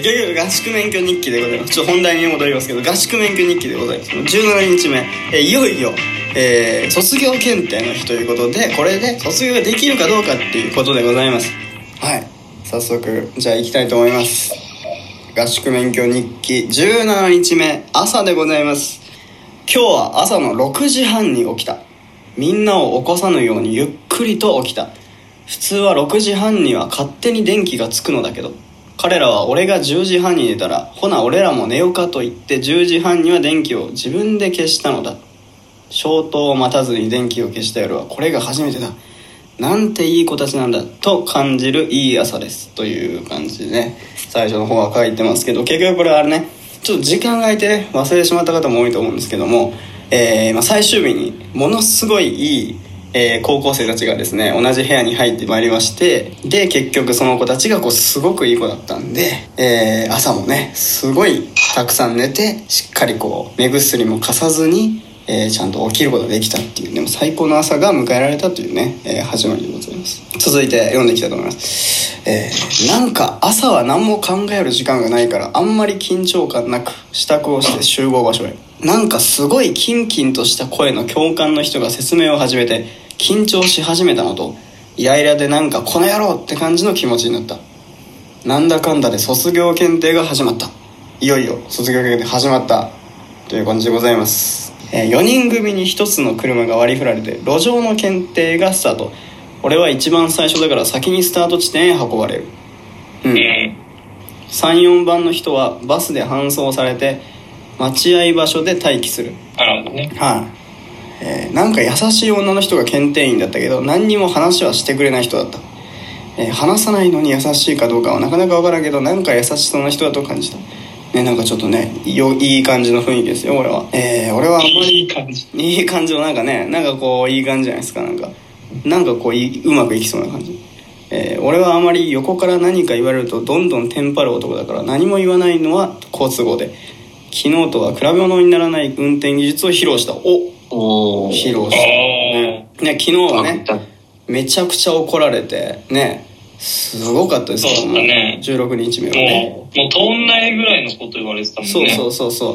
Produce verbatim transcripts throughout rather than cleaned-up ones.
ー、結局合宿免許日記でございます。ちょっと本題に戻りますけど、合宿免許日記でございます。じゅうしちにちめ、えー、いよいよ、えー、卒業検定の日ということで、これで卒業ができるかどうかっていうことでございます。はい、早速じゃあ行きたいと思います。合宿免許日記じゅうしちにちめ、朝でございます。今日は朝のろくじはんに起きた。みんなを起こさぬようにゆっくりと起きた。普通はろくじはんには勝手に電気がつくのだけど、彼らは俺がじゅうじはんに寝たら、ほな俺らも寝ようかと言ってじゅうじはんには電気を自分で消したのだ。消灯を待たずに電気を消した夜はこれが初めてだ。なんていい子たちなんだと感じるいい朝ですという感じでね、最初の方は書いてますけど、結局これはあれね、ちょっと時間が空いて、ね、忘れてしまった方も多いと思うんですけども、えーまあ、最終日にものすごいいい、えー、高校生たちがですね同じ部屋に入ってまいりまして、で結局その子たちがこうすごくいい子だったんで、えー、朝もねすごいたくさん寝て、しっかりこう目薬も貸さずに、えー、ちゃんと起きることができたっていう、でも最高の朝が迎えられたというね、えー、始まりでございます。続いて読んでいきたいと思います。えー、なんか朝は何も考える時間がないから、あんまり緊張感なく支度をして集合場所へ。なんかすごいキンキンとした声の教官の人が説明を始めて緊張し始めたのと、イライラでなんかこの野郎って感じの気持ちになった。なんだかんだで卒業検定が始まった。いよいよ卒業検定始まったという感じでございます。えー、よにん組にひとつの車が割り振られて路上の検定がスタート。俺は一番最初だから先にスタート地点へ運ばれる。うん。さん、よんばんの人はバスで搬送されて待合場所で待機する。 なるほどね。 はい、えー。なんか優しい女の人が検定員だったけど、何にも話はしてくれない人だった。えー、話さないのに優しいかどうかはなかなかわからんけど、なんか優しそうな人だと感じた。ね、なんかちょっとね、よいい感じの雰囲気ですよ、俺は。えー、俺はあんまりいい感じ。 いい感じのなんかね、なんかこういい感じじゃないですか、なんか。なんかこういうまくいきそうな感じ。えー、俺はあまり横から何か言われるとどんどんテンパる男だから、何も言わないのは好都合で、昨日とは比べ物にならない運転技術を披露した。おお披露したね。ね、昨日はねめちゃくちゃ怒られてね、すごかったですよ。 そうだね、 じゅうろくにちめはね、 もう、もう通んないぐらいのこと言われてたもんね。 そうそうそうそう、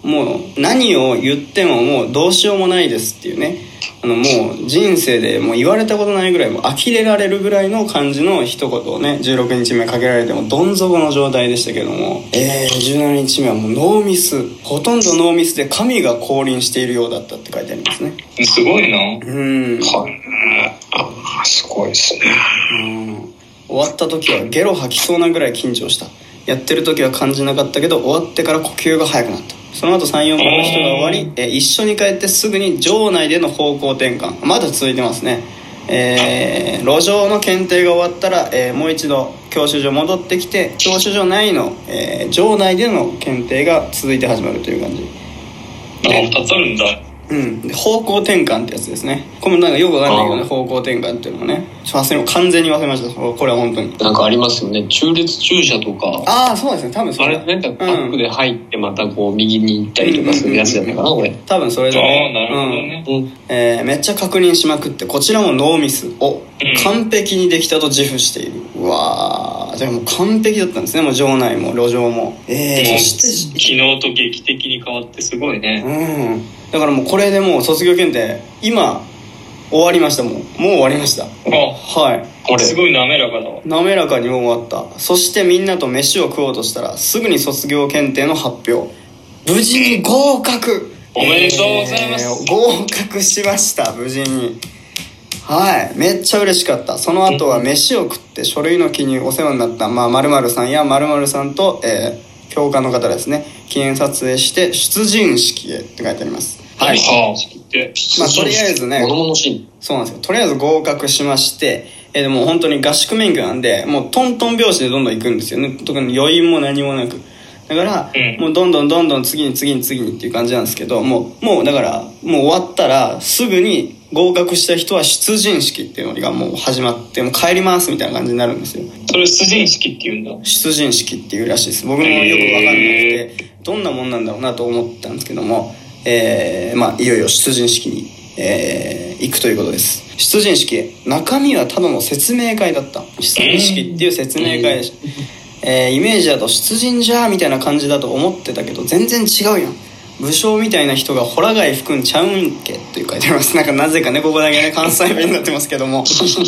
もう何を言ってももうどうしようもないですっていうね、あのもう人生でもう言われたことないぐらい、もう呆れられるぐらいの感じの一言をねじゅうろくにちめかけられてもどん底の状態でしたけども、えー、じゅうしちにちめはもうノーミス、ほとんどノーミスで神が降臨しているようだったって書いてありますね。 すごいな。 うんはあ、すごいですね。 うん終わった時はゲロ吐きそうなぐらい緊張した。やってる時は感じなかったけど、終わってから呼吸が速くなった。その後さん、よんばんの人が終わり、え一緒に帰ってすぐに場内での方向転換、まだ続いてますね。えー、路上の検定が終わったら、えー、もう一度教習所戻ってきて、教習所内の、えー、場内での検定が続いて始まるという感じ。 あ、ふたつあるんだ。 うん、で方向転換ってやつですね。これもなんかよくわかんないけどね、方向転換っていうのもね、忘れ完全に忘れました。これは本当になんかありますよね、中列駐車とか。 ああ、そうですね、多分それあれなんかバックで入ってまたこう右に行ったりとかするやつだったかな、これ多分それでね。 ああ、なるほどね、 うんえー、めっちゃ確認しまくって、こちらもノーミスを完璧にできたと自負している。うわー、じゃあもう完璧だったんですね、もう場内も路上も。えー、そして昨日と劇的に変わってすごいね。 うん、だからもうこれでもう卒業検定今終わりました。もうもう終わりました。 あ、 はい、 これすごい滑らかだわ。 滑らかに終わった。そしてみんなと飯を食おうとしたら、すぐに卒業検定の発表。無事に合格。 おめでとうございます、えー、合格しました、無事に。はい、めっちゃ嬉しかった。その後は飯を食って書類の記入、お世話になったまあ〇〇さんや〇〇さんと、えー、教官の方ですね、記念撮影して出陣式へって書いてあります。はい。まあとりあえずね、 物々しい。 そうなんですよ。とりあえず合格しまして、えー、でも本当に合宿免許なんで、もうトントン拍子でどんどん行くんですよね。特に余韻も何もなく。だから、うん、もうどんどんどんどん次に次に次にっていう感じなんですけど、もうもうだからもう終わったらすぐに合格した人は出陣式っていうのがもう始まって、もう帰りますみたいな感じになるんですよ。 それ出陣式っていうんだ。 出陣式っていうらしいです。僕もよく分かんなくて、どんなもんなんだろうなと思ったんですけども、えー、まあいよいよ出陣式に、えー、行くということです。出陣式、中身はただの説明会だった。出陣式っていう説明会でした。 えー、イメージだと出陣じゃーみたいな感じだと思ってたけど全然違うやん、武将みたいな人がホラ貝吹くんちゃうんけという書いてあります。なんかなぜかねここだけね関西弁になってますけども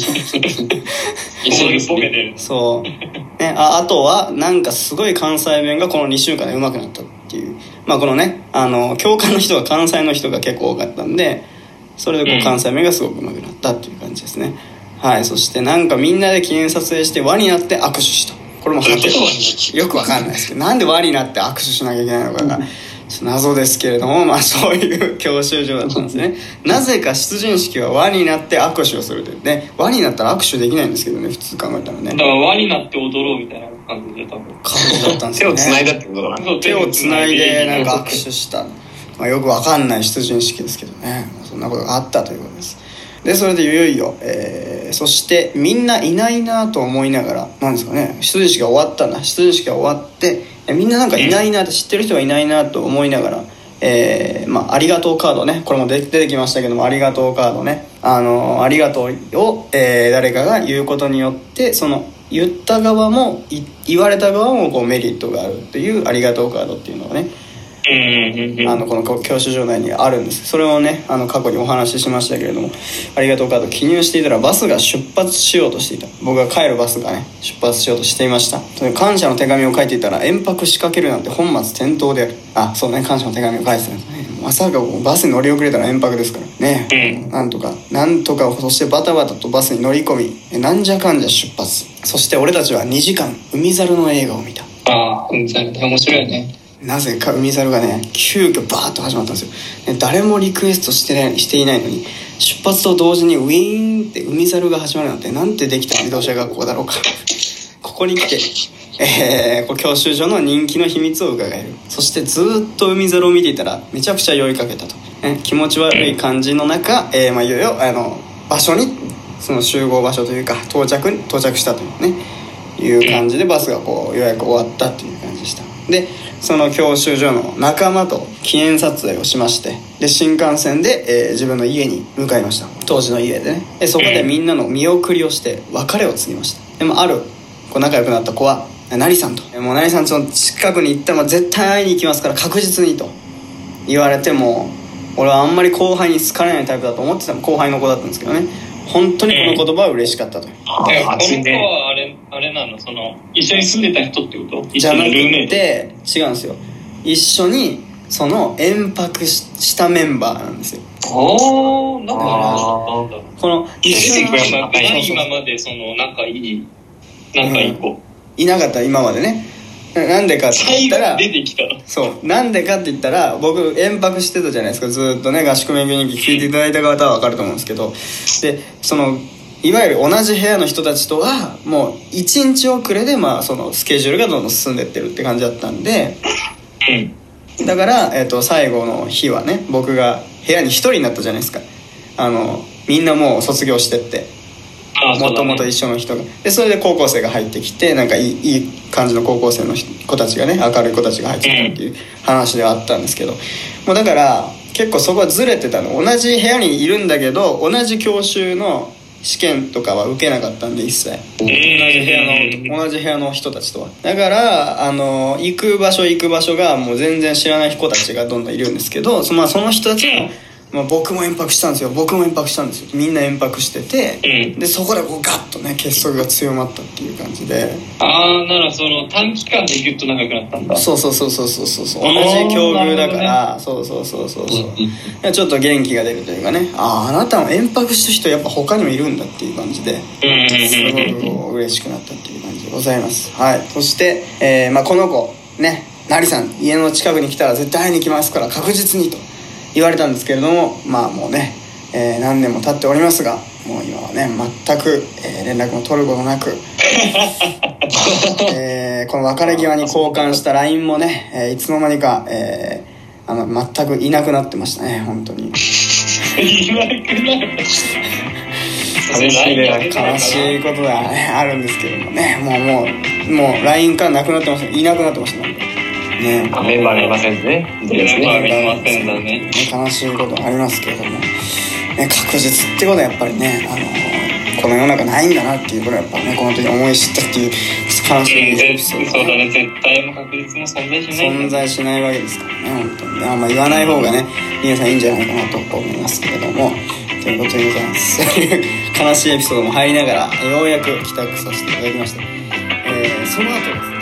一緒にボケてる。 そう、ね、あ, あとはなんかすごい関西弁がこのにしゅうかんで上手くなったっていう、まあこのねあの教官の人が関西の人が結構多かったんで、それでこう関西弁がすごく上手くなったっていう感じですね、うん、はい。そしてなんかみんなで記念撮影して輪になって握手した。これもよくわかんないですけど、なんで輪になって握手しなきゃいけないのかが謎ですけれども、まあそういう教習所だったんですねなぜか出陣式は輪になって握手をするというね。輪になったら握手できないんですけどね、普通考えたらね。 だから輪になって踊ろうみたいな感じで多分感じだったんですよね。 手をつないだってことかな。 手をつないでなんか握手した、まあ、よくわかんない出陣式ですけどね、そんなことがあったということです。でそれでいよいよ、えー、そしてみんないないなと思いながら、なんですかね、出陣式が終わったんだ。出陣式が終わってみんななんかいないなって、知ってる人はいないなと思いながら、えーまあ、ありがとうカードね、これも出てきましたけども、ありがとうカードね、あのありがとうを、えー、誰かが言うことによってその言った側も言われた側もこうメリットがあるっていうありがとうカードっていうのがね、あのこの教習所内にあるんです。それをねあの過去にお話ししましたけれども、ありがとうカード記入していたらバスが出発しようとしていた。僕が帰るバスがね出発しようとしていました。感謝の手紙を書いていたら延泊しかけるなんて本末転倒である。あ、そうね、感謝の手紙を書いてたんですね。まさかバスに乗り遅れたら延泊ですからね。なんとかなんとか、そしてバタバタとバスに乗り込み、なんじゃかんじゃ出発。そして俺たちはにじかん海猿の映画を見た。 ああ、海猿面白いね。 なぜか海猿がね急遽バーッと始まったんですよ、ね、誰もリクエストしてない、していないのに出発と同時にウィーンって海猿が始まるなんて、なんてできた自動車学校だろうかここに来て、えー、これ教習所の人気の秘密を伺える。そしてずっと海猿を見ていたらめちゃくちゃ酔いかけたと、ね、気持ち悪い感じの中、えーまあ、いよいよあの場所に、その集合場所というか到着に到着したというねいう感じでバスがこうようやく終わったっていう感じでした。でその教習所の仲間と記念撮影をしまして、で新幹線で、えー、自分の家に向かいました。当時の家でね。でそこでみんなの見送りをして別れを告げました。でもあるこう仲良くなった子は成さんと、もう成さんの近くに行ったら絶対会いに行きますから確実にと言われて、も俺はあんまり後輩に好かれないタイプだと思ってた後輩の子だったんですけどね、本当にこの言葉は嬉しかったと。 この子はあれあれなの、その一緒に住んでた人ってこと？ じゃなくて違うんですよ。一緒にその延泊したメンバーなんですよ。 ああ、だからなんだろう。 この一緒に今までその仲いい仲いい子、うん、 いなかった今までね。なんでかって言ったら出てきたそうなんでかって言ったら、僕延泊してたじゃないですか、ずっとね。合宿免許日記聞いていただいた方は分かると思うんですけど、でそのいわゆる同じ部屋の人たちとはもういちにち遅れで、まあ、そのスケジュールがどんどん進んでってるって感じだったんで、うん、だから、えーと、最後の日はね僕が部屋に一人になったじゃないですか。あのみんなもう卒業してってもともと一緒の人がで、それで高校生が入ってきて、なんかいい、いい感じの高校生の子たちがね、明るい子たちが入ってきたっていう話ではあったんですけど、もうだから結構そこはずれてたの。同じ部屋にいるんだけど同じ教習の試験とかは受けなかったんで、一切同じ部屋の同じ部屋の人たちとは。だからあの行く場所行く場所がもう全然知らない子たちがどんどんいるんですけど、そ, まあ、その人たちはまあ、僕も延泊したんですよ僕も延泊したんですよみんな延泊してて、うん、でそこでこうガッとね結束が強まったっていう感じで、 ああ、ならその短期間でギュッと仲良くなったんだ。 そうそうそうそうそうそう、同じ境遇だから、ね、そうそうそうそうそう、うん、ちょっと元気が出るというかね、あああなたも延泊した人やっぱ他にもいるんだっていう感じで、すごく嬉しくなったっていう感じでございます。はい。そして、えーまあ、この子ね、成さん家の近くに来たら絶対会いに来ますから確実にと言われたんですけれども、まあもうね、えー、何年も経っておりますが、もう今はね全く、えー、連絡も取ることなく、えー、この別れ際に交換した ライン もね、えー、いつの間にか、えー、あの全くいなくなってましたね。本当にいなくなる悲しい悲しいことが、ね、あるんですけどもね、もうもうもう ライン からなくなってました。いなくなってましたなんかね、 メンバーがいませんね。 メンバーがいませんだね。 悲しいことありますけれども、ね、確実ってことはやっぱりね、あのこの世の中ないんだなっていうことはやっぱねこの時思い知ったっていう、 悲しいエピソード、 そうだね、絶対も確実も存在しない存在しないわけですからね、本当にね。あんま言わない方がね、皆さんいいんじゃないかなと思いますけれども、ということでございます。悲しいエピソードも入りながら、ようやく帰宅させていただきました。えー、その後ですね、